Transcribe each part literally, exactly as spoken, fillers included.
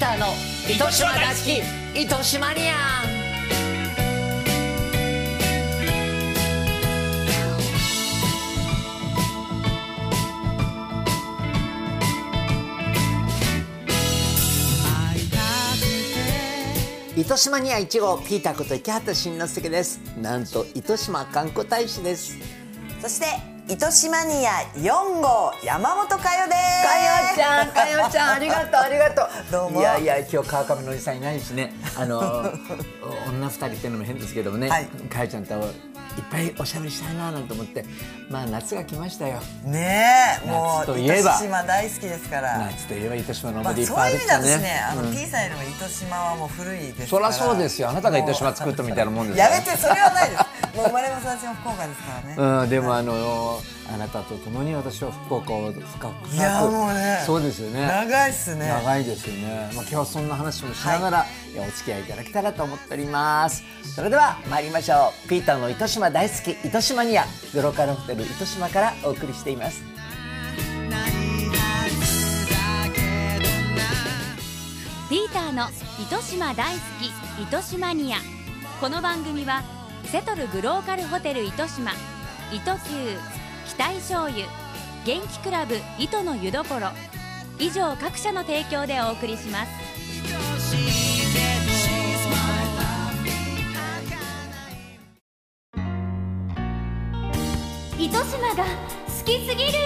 ターの糸島大好き糸島ニアン。糸島ニアいち号ピーターこと池畑慎之介です。なんと糸島観光大使です。 そして糸島ニアよん号山本佳代です。 佳代ちゃん、佳代ちゃん、ありがとうありがとう。 どうも。 いやいや、今日川上のおじさんいないしね、あの女ふたりっていうのも変ですけどもね、はい、佳代ちゃんといっぱいおしゃべりしたいななんて思って、まあ夏が来ましたよ。 ねえ、もう糸といえば島大好きですから。 夏といえば糸島の思い出いっまあ、 ぱいあるからね。 そういう意味だとね、あの、うん、P さんよりも糸島はもう古いですから。 そりゃそうですよ。あなたが糸島作ったみたいなもんですよ。 やめて、それはないです。もう生まれも育ちも福岡ですからね。 うん、でもあのあなたと共に私は福岡を深く。 いやもうね。 そうですよね。 長いっすね。 長いですよね。まあ今日はそんな話もしながら、はい、お付き合いいただけたらと思っております。それでは参りましょう。ピーターの糸島大好き糸島ニアグローカルホテル糸島からお送りしています。 ピーターの糸島大好き糸島ニア。この番組はセトルグローカルホテル糸島、糸球、期待醤油、元気クラブ糸の湯どころ以上各社の提供でお送りします。糸島が好きすぎる。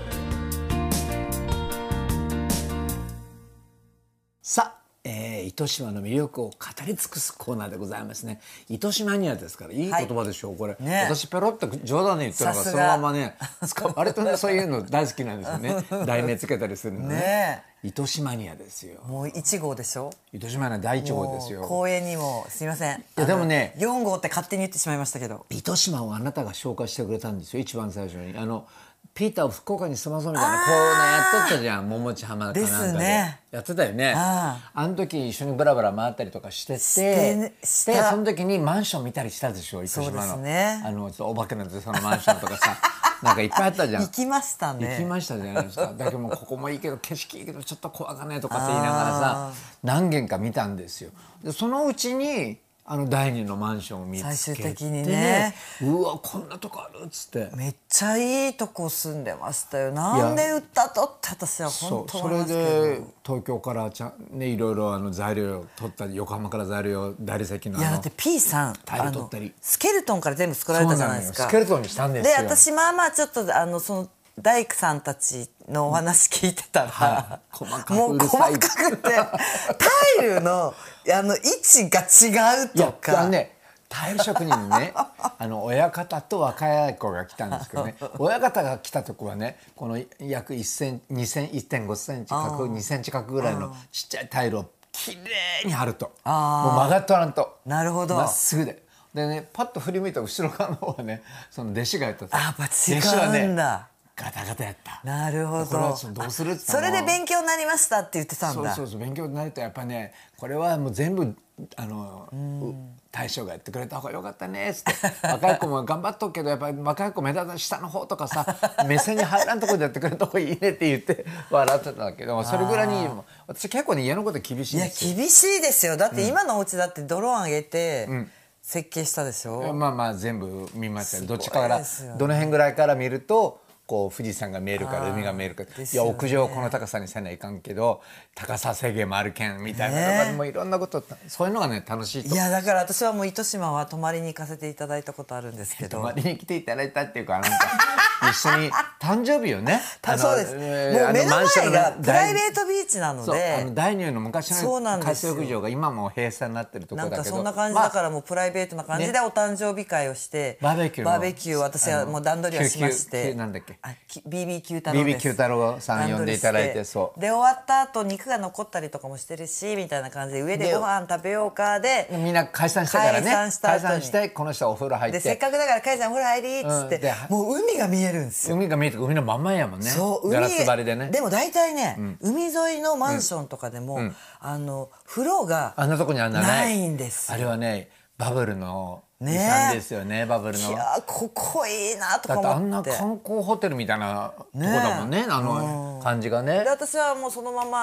さあ、えー、糸島の魅力を語り尽くすコーナーでございますね。糸島ニアですからいい言葉でしょう、はい、これ、ね、私ペロッと冗談で言ってるからそのままね割とねそういうの大好きなんですよね題名つけたりするのね。ね糸島ニアですよ。 もういち号でしょ。 糸島ニアだいいち号ですよ。 光栄にもすいません。いやでもねよん号って勝手に言ってしまいましたけど、 糸島をあなたが紹介してくれたんですよ。一番最初にあのピーターを福岡に住まそうみたいなコーナーやっとったじゃん。桃地浜かなんかでですね。 やってたよね。あの時一緒にブラブラ回ったりとかしてて、 してしでその時にマンション見たりしたでしょ。糸島のそうですね。 あのお化けのそのマンションとかさなんかいっぱいあったじゃん。 行きましたね。 行きましたじゃないですか。だけどもここもいいけど景色いいけどちょっと怖がねとかって言いながらさ何軒か見たんですよ。でそのうちにあのだいにのマンションを見つけて、 最終的にね、 うわこんなとこあるっつって、 めっちゃいいとこ住んでましたよ。なんで売ったとって私は本当思いますけど。 それで東京からちゃんねいろいろあの材料を取ったり、横浜から材料を大理石のあのいやだって P さんタイル取ったりスケルトンから全部作られたじゃないですか。 スケルトンにしたんですよ。 で私まあまあちょっとあのその大工さんたちのお話聞いてたら、 はい、細かくもう細かくてタイルのあの位置が違うとか。いやねタイル職人にねあの親方と若い子が来たんですけどね親方が来たとこはねこの約いっセンチにセンチいってんごセンチ角にセンチ角ぐらいのちっちゃいタイルをきれいに貼ると、もう曲がっとらんと、 なるほど、 まっすぐででねパッと振り向いた後ろ側の方はねその弟子がやったと。 あやっぱ違うんだ。 ガタガタやった。 なるほど。 これはどうするってそれで勉強になりましたって言ってたんだ。 そうそうそう勉強になるとやっぱねこれはもう全部あの大将がやってくれた方がよかったねっつって若い子も頑張っとくけどやっぱり若い子目立た下の方とかさ目線に入らんところでやってくれた方がいいねって言って笑ってたんだけどそれぐらいに私結構ね家のこと厳しいんですよ。 いや厳しいですよ。だって今のお家だってドローン上げて設計したでしょ。 うん、まあまあ全部見ましたよ。どっちから、ね、どの辺ぐらいから見るとこう富士山が見えるから海が見えるから、ね、いや屋上この高さにせないかんけど高さ制限もあるけんみたいなとか、ね、もういろんなことそういうのがね楽しいと。 いやだから私はもう糸島は泊まりに行かせていただいたことあるんですけど、 泊まりに来ていただいたっていうかなんか一緒に誕生日をねそうです。もう目の前がプライベートビーチなので、 あの大乳の昔の海水浴場が今も閉鎖になってるところだけど、 なんかそんな感じだからもうプライベートな感じでお誕生日会をして、 バーベキューバーベキューを私はもう段取りをしまして、 なんだっけビービー キュー太郎です。 ビービー キュー太郎さん呼んでいただいて、そうで終わった後肉が残ったりとかもしてるしみたいな感じで上でご飯食べようかでみんな解散してからね解散した後に解散してこの人はお風呂入ってでせっかくだから「かいちゃんお風呂入り」っつって、うん、もう海が見えるんですよ。 海が見えて海のまんまやもんね。そうガラス張りでね。 でも大体ね、うん、海沿いのマンションとかでも、うん、あの風呂があんなとこにあんなないんです。 あれはねバブルの遺産ですよね。バブルの。 いやここいいなとか思って。 だってあんな観光ホテルみたいなとこだもんね、あの感じがね。 で私はもうそのまま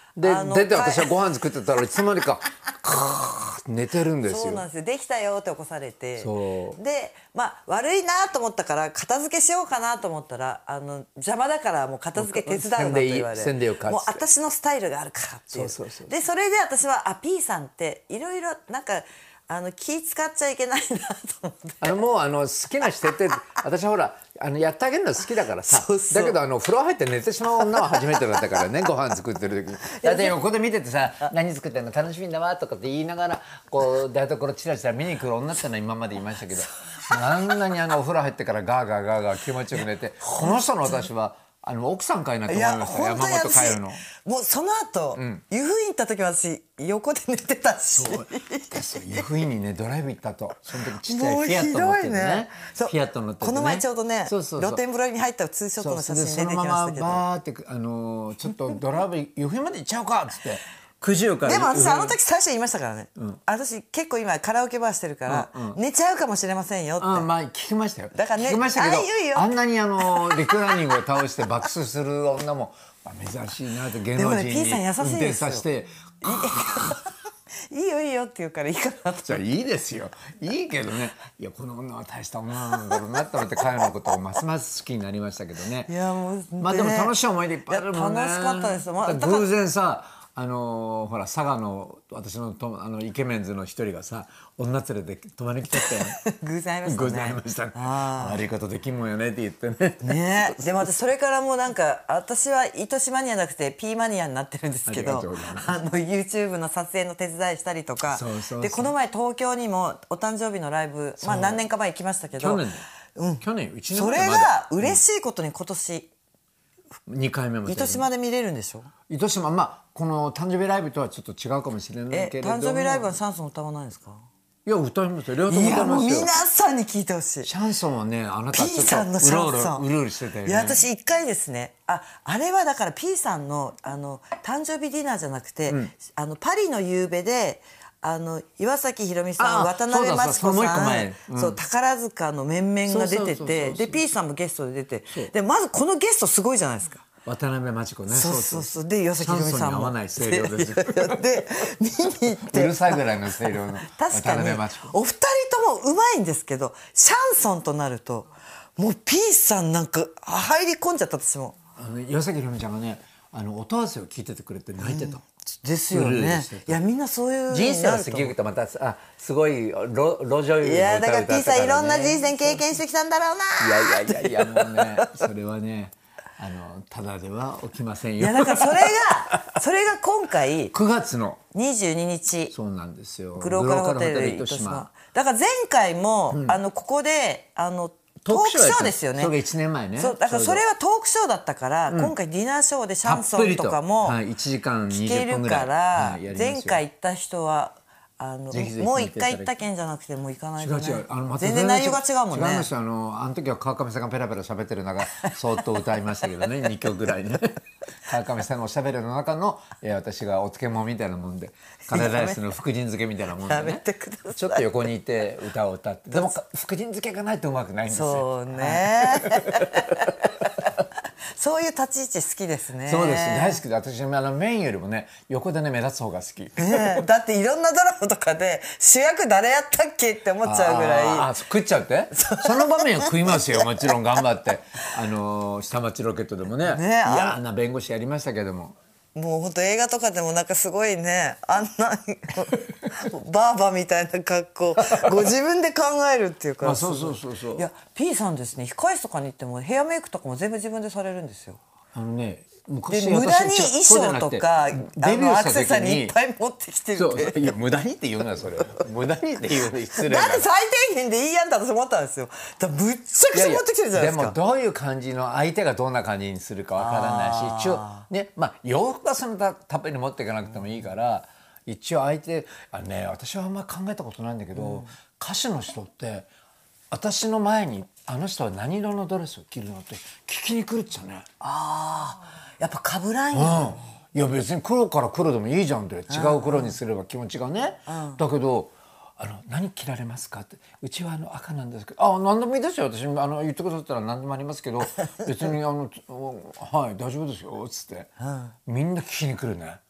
であの出て私はご飯作ってたらいつの間にかカーッ寝てるんですよ。 そうなんですよ。できたよって起こされて、 そうでまあ悪いなと思ったから片付けしようかなと思ったら、あの邪魔だからもう片付け手伝うなと言われ、 せんでいいせんでよかっつってもう私のスタイルがあるからっていう。 そうそうそう。 でそれで私はあ P さんっていろいろなんかあの気使っちゃいけないなと思って。 あのもうあの好きなしてって私はほらあのやってあげるの好きだからさ。 そうそうだけどあの風呂入って寝てしまう女は初めてだったからねご飯作ってる時に。だって横で見ててさ何作ってんの楽しみだわとかって言いながらこう台所チラチラ見に来る女ってのは今までいましたけど、あんなにあのお風呂入ってからガーガーガーガー気持ちよく寝て、この人の私はあの奥さんかいなと思いました。山本かよの。 もうその後、うん、湯布院行った時は私横で寝てたし。 そう湯布院にねドライブ行ったと、その時ちっちゃいフィアット乗っててね。ねフィアット乗っててね。 この前ちょうどねそうそうそう露天風呂に入ったツーショットの写真出てきましたけど。 そのままバーってあのちょっとドライブ湯布院まで行っちゃおうかっつって。くじよからでも私あの時最初言いましたからね、うん、私結構今カラオケバーしてるから、うんうん、寝ちゃうかもしれませんよって、 あ、まあ聞きましたよ。 だからね、 聞きましたけど、 あ、いいよあんなにあのリクライニングを倒して爆睡する女も珍しいなって、芸能人に運転させていいよいいよって言うからいいかなと。 じゃあいいですよ、いいけどね、いやこの女は大した女なんだろうなと思って彼のことをますます好きになりましたけどね。 いやもうまあでも楽しい思い出いっぱいあるもんね。 楽しかったです。 まあ、偶然さあのー、ほら佐賀の私のとあのイケメンズの一人がさ女連れて泊まりに来ちゃったよ偶然会いましたね。 偶然会いましたね。悪いことできんもんよねって言ってね。 ねでも私それからもうなんか私は糸島マニアじゃなくて P マニアになってるんですけど、あの YouTube の撮影の手伝いしたりとか。そうそうそう。でこの前東京にもお誕生日のライブ、まあ何年か前行きましたけど、 去年、うん、去年うちのそれが嬉しいことに今年にかいめも糸島で見れるんでしょ。 糸島、まあこの誕生日ライブとはちょっと違うかもしれないけれども、 誕生日ライブはシャンソン歌わないんですか。 いや歌いますよ、両方歌いますよ。いやもう皆さんに聞いてほしい。 シャンソンはね、あなた P さんのシャンソンうるうるしてたよね。 いや私一回ですね、ああれはだから P さんのあの誕生日ディナーじゃなくて、うん、あのパリの夕べであの岩崎宏美さん、渡辺真知子さん、うん、そう宝塚の面々が出てて、で P さんもゲストで出て、でまずこのゲストすごいじゃないですか。 渡辺真知子ね。 そうそうそう。で岩崎宏美さんも。 シャンソンに合わない声量ですよ。 で見に行ってうるさいぐらいの声量の確かにお二人ともうまいんですけど、シャンソンとなるともう P さんなんか入り込んじゃった私も。 あの岩崎宏美ちゃんがね、あの音合わせを聞いててくれて泣いてた。うんですよね。いやみんなそういう人生は過ぎるとまたあすごい路路上いやだから P さんいろんな人生経験してきたんだろうな。 いやいやいやいやもうねそれはねあのただでは起きませんよ。 いやだからそれがそれが今回くがつのにじゅうににちそうなんですよ。 グローカルホテル糸島。だから前回も、うん、あのここであのトークショーですよね。 それがいちねんまえね。 そうだからそれはトークショーだったから、うん、今回ディナーショーでシャンソンとかも聞けるから、はい、前回行った人はあのぜひぜひもう一回行った件じゃなくてもう行かないとね。違う違うあの、ま、全然内容が違うもんね。 違いました。あのあの時は川上さんがペラペラ喋ってる中そっと歌いましたけどねにきょくぐらいね川上さんのおしゃべりの中の、えー、私がお漬物みたいなもんでカレーライスの福神漬けみたいなもんでねやめてください。 ちょっと横にいて歌を歌ってでも福神漬けがないとうまくないんですよ。 そうねそういう立ち位置好きですね。 そうです大好きで私あのメインよりもね横でね目立つ方が好き、 ね、だっていろんなドラマとかで主役誰やったっけって思っちゃうぐらいああ食っちゃうってその場面は食いますよもちろん頑張ってあの下町ロケットでもねね嫌な弁護士やりましたけどももうほんと映画とかでもなんかすごいねあんなバーバみたいな格好ご自分で考えるっていうかそうそうそうそういや P さんですね控室とかに行ってもヘアメイクとかも全部自分でされるんですよ。 あのね昔で無駄に衣装とかあのアクセサリーいっぱい持ってきてるって。 いや無駄にって言うなそれ無駄にって言うの失礼だって最低限でいいやんだと思ったんですよ。だからむっちゃくちゃ持ってきてるじゃないですか。 いやいやでもどういう感じの相手がどんな感じにするかわからないし一応ねまあ洋服はそのたたっぷりに持っていかなくてもいいから一応相手あね私はあんまり考えたことないんだけど、うん、歌手の人って私の前にあの人は何色のドレスを着るのって聞きに来るっちゃね。 ああやっぱ被らんよ、 うん、いや別に黒から黒でもいいじゃんって違う黒にすれば気持ちがね、うんうん、だけどあの何着られますかってうちはあの赤なんですけどあ何でもいいですよ私あの言ってくださったら何でもありますけど別にあのはい大丈夫ですよっつって、うん、みんな聞きに来るね。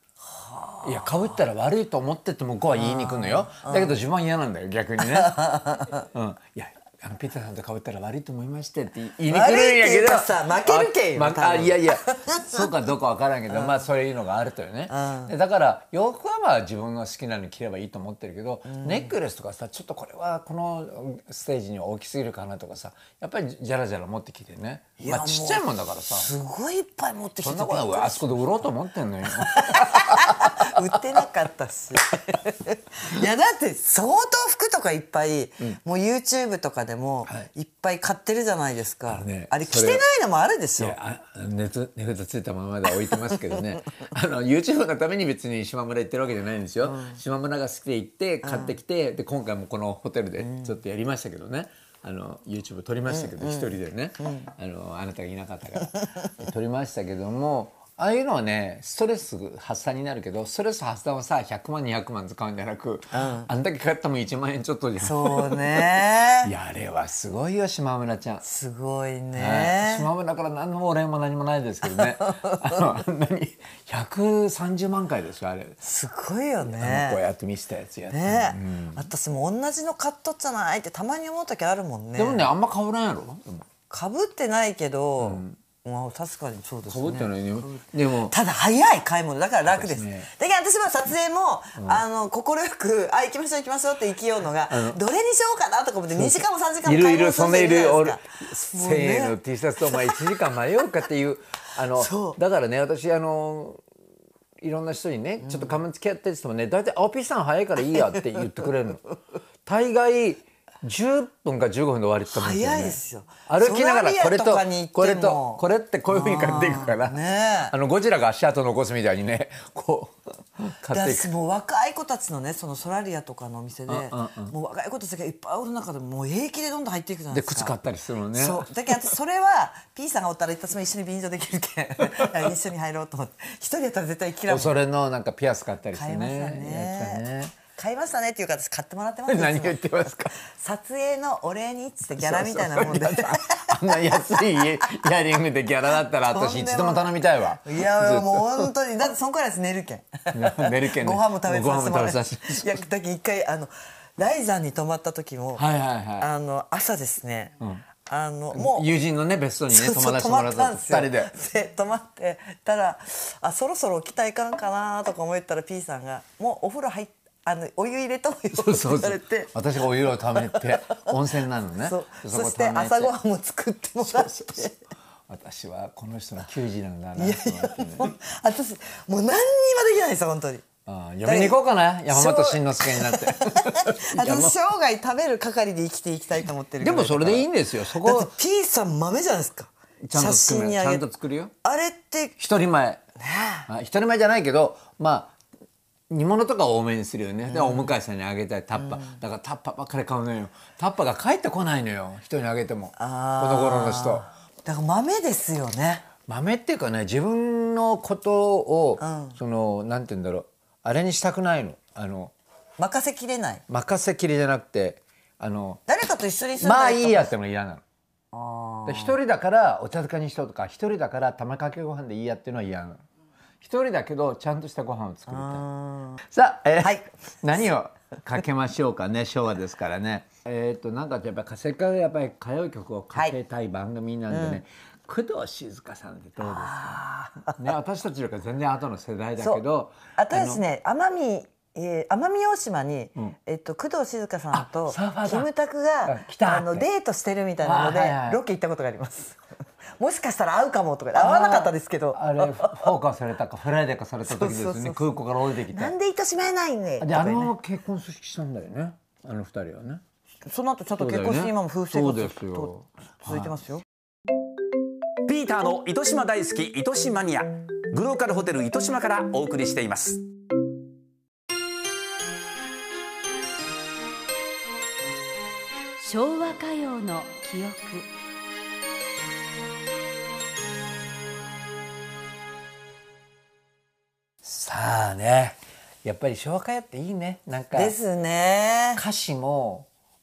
いや被ったら悪いと思ってって向こうは言いに行くのよ。だけど自分は嫌なんだよ逆にね。うん、いやあのピーターさんと被ったら悪いと思いましてって言いに来るんやけどさ負けるけんよ、 あ、まあ、いやいやそうかどうかわからんけど、うん、まあそういうのがあるとよね、うん、でだから洋服はまあ自分が好きなのに着ればいいと思ってるけど、うん、ネックレスとかさちょっとこれはこのステージには大きすぎるかなとかさやっぱりじゃらじゃら持ってきてね、まあちっちゃいもんだからさすごいいっぱい持ってきてそんなことはあそこで売ろうと思ってんのよ売ってなかったしいやだって相当服とかいっぱい、うん、もう YouTube とかでもいっぱい買ってるじゃないですか、はい、あ, ね、あれ着てないのもあるでしょ。 熱値札ついたままで置いてますけどねあの YouTube のために別に島村行ってるわけじゃないんですよ、うん、島村が好きで行って買ってきて、うん、で今回もこのホテルでちょっとやりましたけどね、あの YouTube 撮りましたけど、うん、一人でね、うん、あのあなたがいなかったから撮りましたけどもああいうのはねストレス発散になるけどストレス発散はさひゃくまんにひゃくまん使うんじゃなく、うん、あんだけ買ったもんいちまんえんちょっとじゃん。 そうねいやあれはすごいよ島村ちゃんすごいね、 島村から何のお礼も何もないですけどねあのあんなにひゃくさんじゅうまんかいですよあれすごいよね。 こうやって見せたやつやって、 ね、うん、私も同じの買っとっちゃないってたまに思う時あるもんね。 でもねあんま被らんやろ。 被ってないけど、うん、まあ確かにそうですね。 被ってないね。でもただ早い買い物だから楽です。ね、だけど私も撮影も、うん、あの快くあ行きましょう行きましょうって行きようのがどれにしようかなとか思ってにじかんもさんじかんも買い物するじゃないですか。いるいるそんないるせーの T シャツとお前いちじかん迷うかっていうあのだからね私あのいろんな人にねちょっとカメ付き合ってる人もね大体「あ P さん早いからいいや」って言ってくれるの。大概じゅっぷんかじゅうごふんで終わりって思うんですよね。早いですよ。歩きながらこれとこれとこれってこういうふうに買っていくから、ね、あのゴジラが足跡残すみたいにねこう買っていく。 もう若い子たちのねそのソラリアとかのお店で、うんうんうん、もう若い子たちがいっぱいおる中でもう平気でどんどん入っていくじゃないですか。 で靴買ったりするのね。 そうだけどそれは P さんがおったら私も一緒に便乗できるけん一緒に入ろうと思って一人やったら絶対嫌い。 それのなんかピアス買ったりしてね。 買いましたね。買いましたねっていうか私買ってもらってます。 何言ってますか。 撮影のお礼にっつってギャラみたいなもんであんな安いイヤリングでギャラだったら私いつでも頼みたいわ。 いやもう本当にだってそんくらいです寝るけん寝るけん、ね、 ご飯も食べさせてもらっていやだけ一回あの雷山に泊まった時も、はいはいはい、あの朝ですね、うん、あのもう友人のね別荘にね泊まらせてもらったふたりで泊まってたらあそろそろ起きたらいかんかなとか思ったら P さんがもうお風呂入ってあのお湯入れとよって言われて私がお湯をためて温泉なのね。 そ, そして朝ごはんも作ってもらってそうそうそう私はこの人の給仕なんだなと思ってね。いやいやもう私もう何にもできないですよ本当に。 ああ呼びに行こうかな山本慎之介になって私生涯食べる係で生きていきたいと思ってる。 でもそれでいいんですよ。そこだって P さん豆じゃないですか。 ちゃんと作るちゃんと作るよ。 あれって一人前、ね、一人前じゃないけどまあ煮物とか多めにするよね、うん、でお向かいさんにあげたいタッパ、うん、だからタッパばっかり買うのよ。タッパが帰ってこないのよ人にあげても。この頃の人だから豆ですよね。 豆っていうかね自分のことを、うん、そのなんて言うんだろうあれにしたくないの。あの任せきれない。 任せきりじゃなくてあの誰かと一緒に住んだりとかまあいいやっても嫌なの。一人だからお茶漬けにしようとか一人だから玉かけご飯でいいやっていうのは嫌なの。一人だけどちゃんとしたご飯を作りたい。さあ、えーはい、何をかけましょうかね昭和ですからね。えっとなんかやっぱせっかくやっぱり歌謡曲をかけたい番組なんでね、はいうん、工藤静香さんってどうですかね。私たちよりか全然後の世代だけど私ね奄美えー、奄美大島に、うんえっと、工藤静香さんとキムタクがあのデートしてるみたいなので、はいはい、ロケ行ったことがありますもしかしたら会うかもとか会わなかったですけどあれフォーカーされたかフライデーかされた時ですね。そうそうそう空港から降りてきてなんで糸島えないねであのまま結婚したんだよねあの二人はね。 その後ちょっと結婚して、ね、今も夫婦生活と続いてますよ、はい、 ピーターの糸島大好き糸島マニアグローカルホテル糸島からお送りしています。 昭和歌謡の記憶。 さあねやっぱり昭和歌謡っていいね。なんかですね。 歌詞も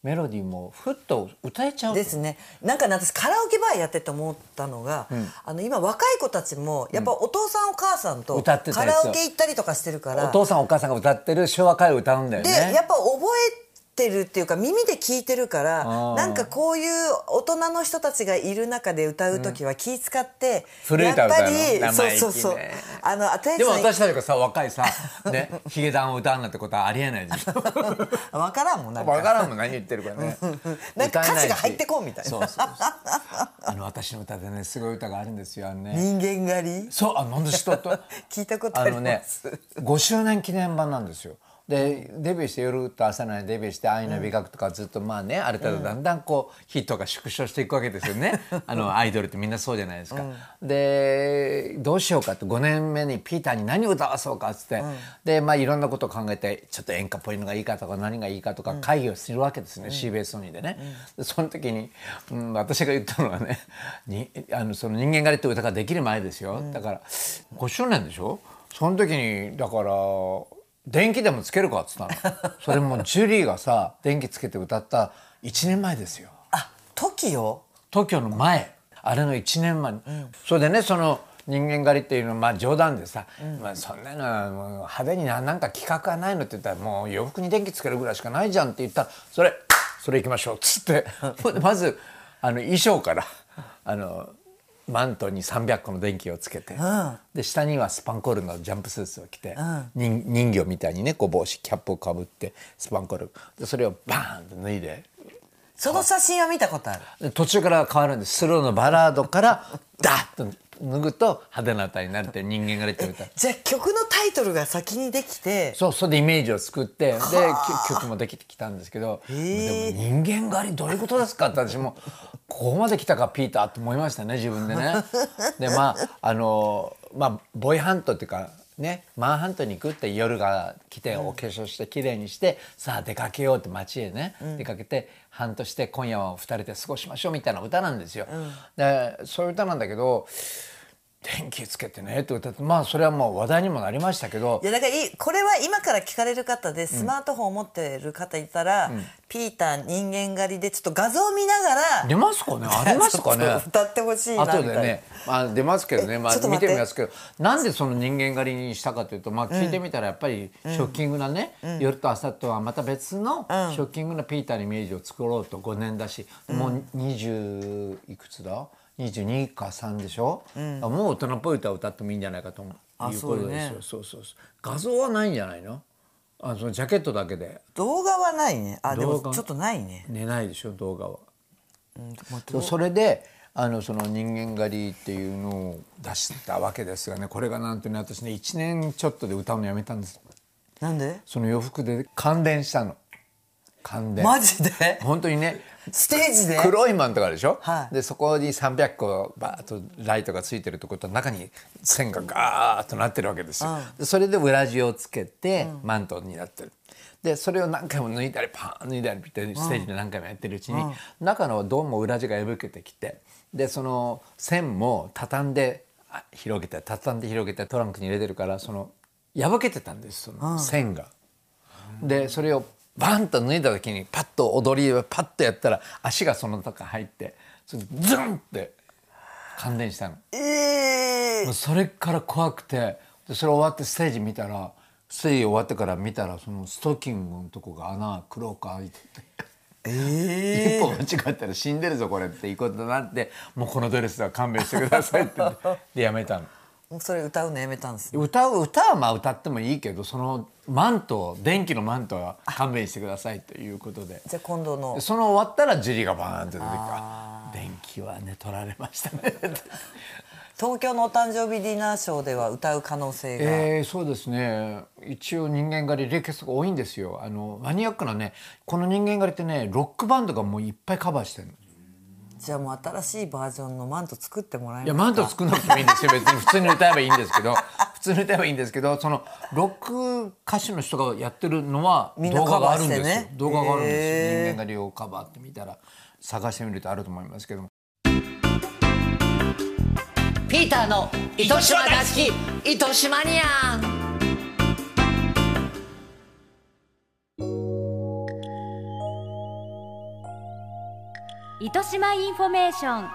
メロディーもふっと歌えちゃうですね。なんかね、私カラオケバーやってて思ったのが、うん、あの今若い子たちもやっぱお父さんお母さんとカラオケ行ったりとかしてるから、 お父さんお母さんが歌ってる昭和歌謡を歌うんだよね。 でやっぱ覚えてるっていうか耳で聞いてるから、なんかこういう大人の人たちがいる中で歌う時は気使って、 うん、やっぱりそうそうそうあのでも私たちがさ若いさねヒゲダンを歌うなんてことはありえないでしょ。 分からんもんなんか分からんもん何言ってるかね。 なんか歌詞が入ってこうみたいな。 そうそうそうあの私の歌でねすごい歌があるんですよね。 人間狩り。 そうあなんで知ったと聞いたことあります。 あのねごしゅうねん記念版なんですよ。でデビューして夜と朝のデビューして愛の美学とかずっとまあねある程度だんだんこうヒットが縮小していくわけですよね。あのアイドルってみんなそうじゃないですか。うん、でどうしようかってごねんめにピーターに何を歌わそうかっつって、うん、でまあいろんなことを考えてちょっと演歌っぽいのがいいかとか何がいいかとか会議をするわけですね、うん、シービーエス ソニーでね。うん、でその時に、うん、私が言ったのはねにあのその人間狩りって歌ができる前ですよ。うん、だからごしゅうねんでしょ。その時にだから電気でもつけるかっつったの。それもジュリーがさ電気つけて歌ったいちねんまえですよ。 あ、トキオ？ トキオの前、あれのいちねんまえ、うん、それでねその人間狩りっていうのはまあ冗談でさ、うんまあ、そんなのはもう派手にななんか企画がないのって言ったらもう洋服に電気つけるぐらいしかないじゃんって言ったらそれそれ行きましょうっつってまずあの衣装からあのマントにさんびゃっこの電気をつけて、うん、で下にはスパンコールのジャンプスーツを着て、うん、人, 人形みたいにねこう帽子キャップをかぶってスパンコールでそれをバーンと脱いで。 その写真は見たことある。 途中から変わるんです。スローのバラードからダッと脱ぐと派手な歌になるって人間狩りって歌。 じゃあ曲のタイトルが先にできて、 そうそれでイメージを作ってで曲もできてきたんですけど、でも人間狩りどういうことですかって私もここまで来たかピーターと思いましたね自分でね。でまああのまあボーイハントっていうかねマンハントに行くって夜が来てお化粧して綺麗にして、うん、さあ出かけようって街へね、うん、出かけて半年して今夜はふたりで過ごしましょうみたいな歌なんですよ。うん、でそういう歌なんだけど電気つけてねって歌ってまあそれはもう話題にもなりましたけど、 いやだからこれは今から聞かれる方でスマートフォンを持ってる方いたら、うん、ピーター人間狩りでちょっと画像を見ながら出ますかねありますかね歌ってほしいなみたいな。 後でね、まあ、出ますけどね、まあ、見てみますけどなんでその人間狩りにしたかというと、まあ、聞いてみたらやっぱりショッキングなね、うん、夜と朝とはまた別のショッキングなピーターのイメージを作ろうとごねんだし、うん、もうにじゅういくつだにじゅうにかさんでしょ、うん、もう大人っぽい歌を歌ってもいいんじゃないかということですよ。そうね、そうそうそう画像はないんじゃないの？あそのジャケットだけで。 動画はないね。あでもちょっとないね。 寝ないでしょ動画は。うん、それであのその人間狩りっていうのを出したわけですがね、これがなんてね私ねいちねんちょっとで歌うのやめたんです。 なんで？ その洋服で感電したの。感電。 マジで？ 本当にね。 ステージで黒いマンとかでしょ、 はい、 でそこにさんびゃっこバーッとライトがついてるところと中に線がガーッとなってるわけですよ、うん、でそれで裏地をつけてマントになってる。でそれを何回も脱いだりパーン脱いだりってステージで何回もやってるうちに、うん、中のどうも裏地が破けてきてでその線も畳んで広げて畳んで広げてトランクに入れてるからその破けてたんですその線が、うん、でそれをバンと脱いだ時にパッと踊りをパッとやったら足がその中入ってそれズンって感電したの、 えー、 もうそれから怖くてでそれ終わってステージ見たらステージ終わってから見たらそのストッキングのとこが穴黒く開いてて、えー、一歩間違ったら死んでるぞこれっていうことになってもうこのドレスは勘弁してくださいってでやめたの。 それ歌うのやめたんですね。 歌う歌はまあ歌ってもいいけどそのマント電気のマントは勘弁してくださいということでじゃあ今度のその終わったらジュリがバーンって出てきた電気はね取られましたね東京のお誕生日ディナーショーでは歌う可能性が、 えー、そうですね一応人間狩りリクエストが多いんですよ。あのマニアックなねこの人間狩りってねロックバンドがもういっぱいカバーしてるの。 じゃあもう新しいバージョンのマント作ってもらえますか。 いやマント作んなくてもいいんですよ別に普通に歌えばいいんですけど普通に歌えばいいんですけどそのロック歌手の人がやってるのは動画があるんですよ、ね、動画があるんですよ。人間狩りをカバーってみたら探してみるとあると思いますけども。 ピーターの糸島大好き糸島ニアン。 糸島インフォメーション。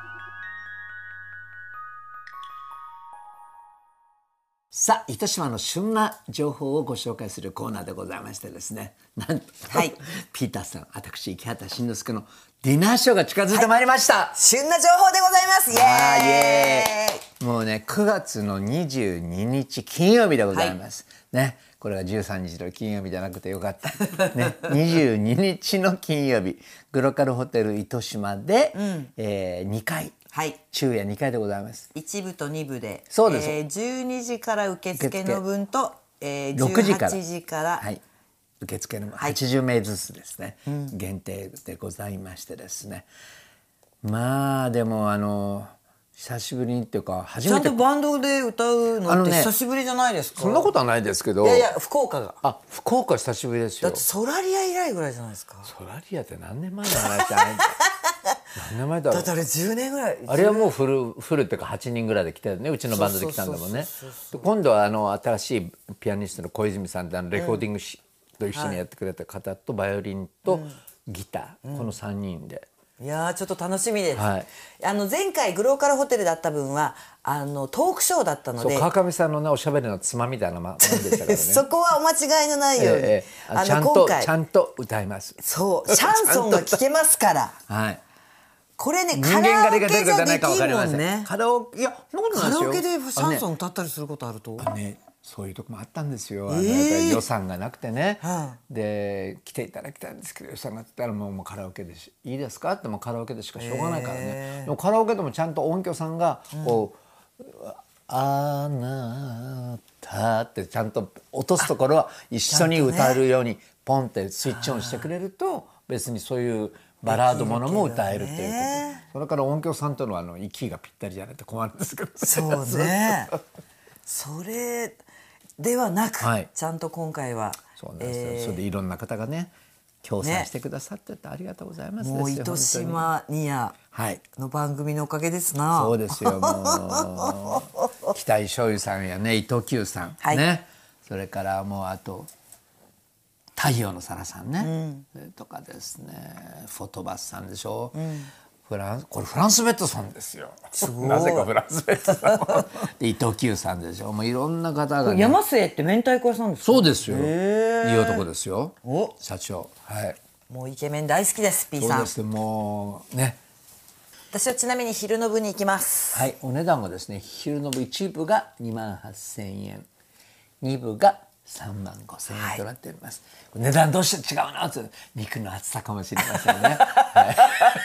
さあ糸島の旬な情報をご紹介するコーナーでございましてですね、なんと、はい、ピーターさん、私池畑慎之介のディナーショーが近づいてまいりました、はい、 旬な情報でございます。イエーイ、 あーイエーイ。もうねくがつのにじゅうににち金曜日でございます、はい、ね、これがじゅうさんにちの金曜日じゃなくてよかった、ね、にじゅうににちの金曜日グロカルホテル糸島で、うん、えー、にかい、はい、昼夜にかいでございます。 いちぶとにぶで、 そうです、 えー、じゅうにじから受付の分と、えー、じゅうはちじから、はい、 受付のはちじゅうめいずつですね、はい、限定でございましてですね、まあでもあの久しぶりにっていうか初めてちゃんとバンドで歌うのって久しぶりじゃないですか。 そんなことはないですけど、 いやいや福岡が、 あ、福岡久しぶりですよ。 だってソラリア以来ぐらいじゃないですか。 ソラリアって何年前の話じゃない何年前だろう。 だってあれじゅうねんぐらい、 あれはもうフルフルっていうかはちにんぐらいで来たよね、うちのバンドで来たんだもんね。今度はあの新しいピアニストの小泉さんってあのレコーディングし、うん、と一緒にやってくれた方とバイオリンとギター、うん、このさんにんで、 いやーちょっと楽しみです、 はい、 あの前回グローカルホテルだった分はあのトークショーだったので、 そう川上さんのねおしゃべりのつまみたいなもんでしたからねそこはお間違いのないように、えーえー、 あちゃんとちゃんと歌います。 そうシャンソンが聴けますからはい、これねカラオケじゃできるもんね。 カラオケ、いやそんなことないですよ。 カラオケでシャンソン歌ったりすることあると、 あね、そういうとこもあったんですよ、えー、予算がなくてね、はあ、で来ていただきたいんですけど予算があったらもう、もうカラオケでしいいですかってもうカラオケでしかしょうがないからね、えー、でもカラオケでもちゃんと音響さんがこう、うん、あなたってちゃんと落とすところは一緒に歌えるようにポンってスイッチオンしてくれると別にそういうバラードものも歌えるっていうこと、ね、それから音響さんとのあの息がぴったりじゃないと困るんですけど、 そうねそれではなく、はい、ちゃんと今回はそうなんですよ、えー、それでいろんな方がね協賛してくださっててありがとうございます、ね、 もう糸島ニアの番組のおかげですな、 はい、そうですよもう期待醤油さんやね伊藤久さん、はい、ね、それからもうあと太陽の皿さんね、うん、とかですねフォトバスさんでしょ、うん、フランこれフランスベッドさんですよなぜかフランスベッドさんで伊藤久さんでしょ、もういろんな方が、ね、 山末って明太子屋さんですか。 そうですよ、いい男ですよ社長、はい、 もうイケメン大好きです P さん。 そうです、もうね。 私はちなみに昼の部に行きます。 はい、お値段はですね昼の部いち部がにまんはっせんえん、に部がさんまんごせんえんとなっております、はい、値段どうして違うのって肉の厚さかもしれませんね、はい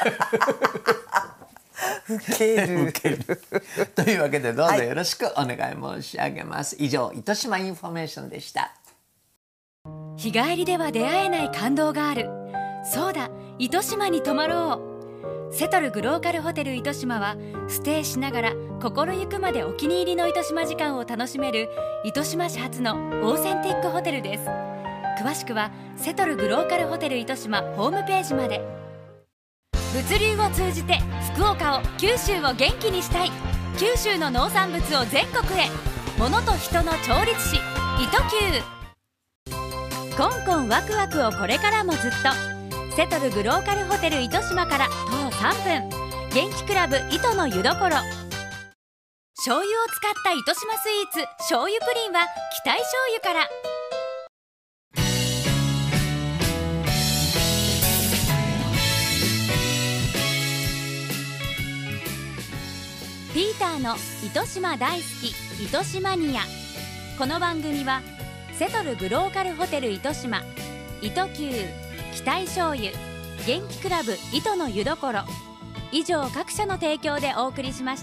ウケるウケるというわけでどうぞよろしくお願い申し上げます、はい、以上糸島インフォメーションでした。 日帰りでは出会えない感動がある、そうだ糸島に泊まろう。セトルグローカルホテル糸島はステイしながら心ゆくまでお気に入りの糸島時間を楽しめる糸島市発のオーセンティックホテルです。詳しくはセトルグローカルホテル糸島ホームページまで。物流を通じて福岡を九州を元気にしたい、九州の農産物を全国へ、物と人の調律師糸球。コンコンワクワクをこれからもずっと、セトルグローカルホテル糸島から徒歩さんぷん、元気クラブ糸の湯どころ。醤油を使った糸島スイーツ醤油プリンは期待醤油から。ピーターの糸島大好き糸島ニア。この番組はセトルグローカルホテル糸島、糸球、期待醤油、元気クラブ糸の湯どころ、以上各社の提供でお送りしました。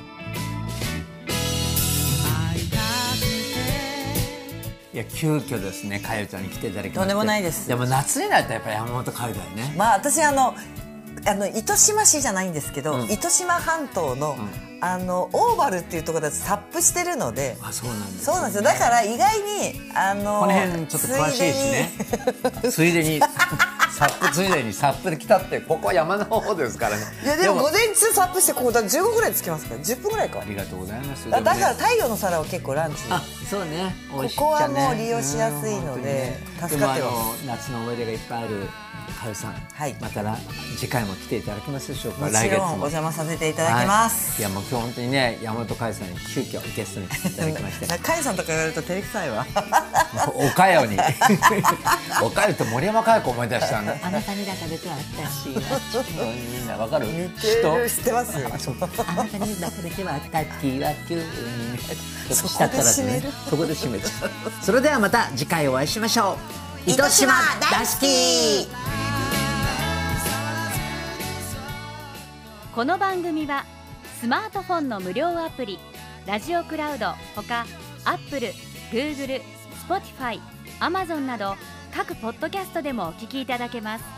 いや急遽ですねかよちゃんに来ていただきまして、 とんでもないです。 でも夏になったらやっぱり山本海外ね。 まあ私あのあの糸島市じゃないんですけど、うん、糸島半島の、うん、あのオーバルっていうところでサップしてるので、 あ、そうなんですね、 そうなんですよ。だから意外にあのこの辺ちょっと詳しいしねついでにサップついでにサップで来たって、ここは山の方ですからね。 いやでも午前中サップしてここだじゅうごぐらいで着きますから、じゅっぷんぐらいか。 ありがとうございます。 だから太陽の皿は結構ランチ、 あ、そうね、 ここはもう利用しやすいので助かってます。 夏の思い出がいっぱいあるかよさん、 はい、 またら次回も来ていただけますでしょうか。 もちろんお邪魔させていただきます、 はい、いやもう今日本当にね山本かよさんに急遽ゲストに来ていただきましてかよさんとか言われると照れくさいわおかよにおかよと森山かよ子思い出したんだ。 あなたにだからでは私はみんなわかる？ 似てる、知ってます。 あなたにだからでは私は急にそこで締める。 そこで締めちゃう。それではまた次回お会いしましょう。 糸島大好き。 この番組はスマートフォンの無料アプリラジオクラウドほかアップル、グーグル、スポティファイ、アマゾンなど各ポッドキャストでもお聞きいただけます。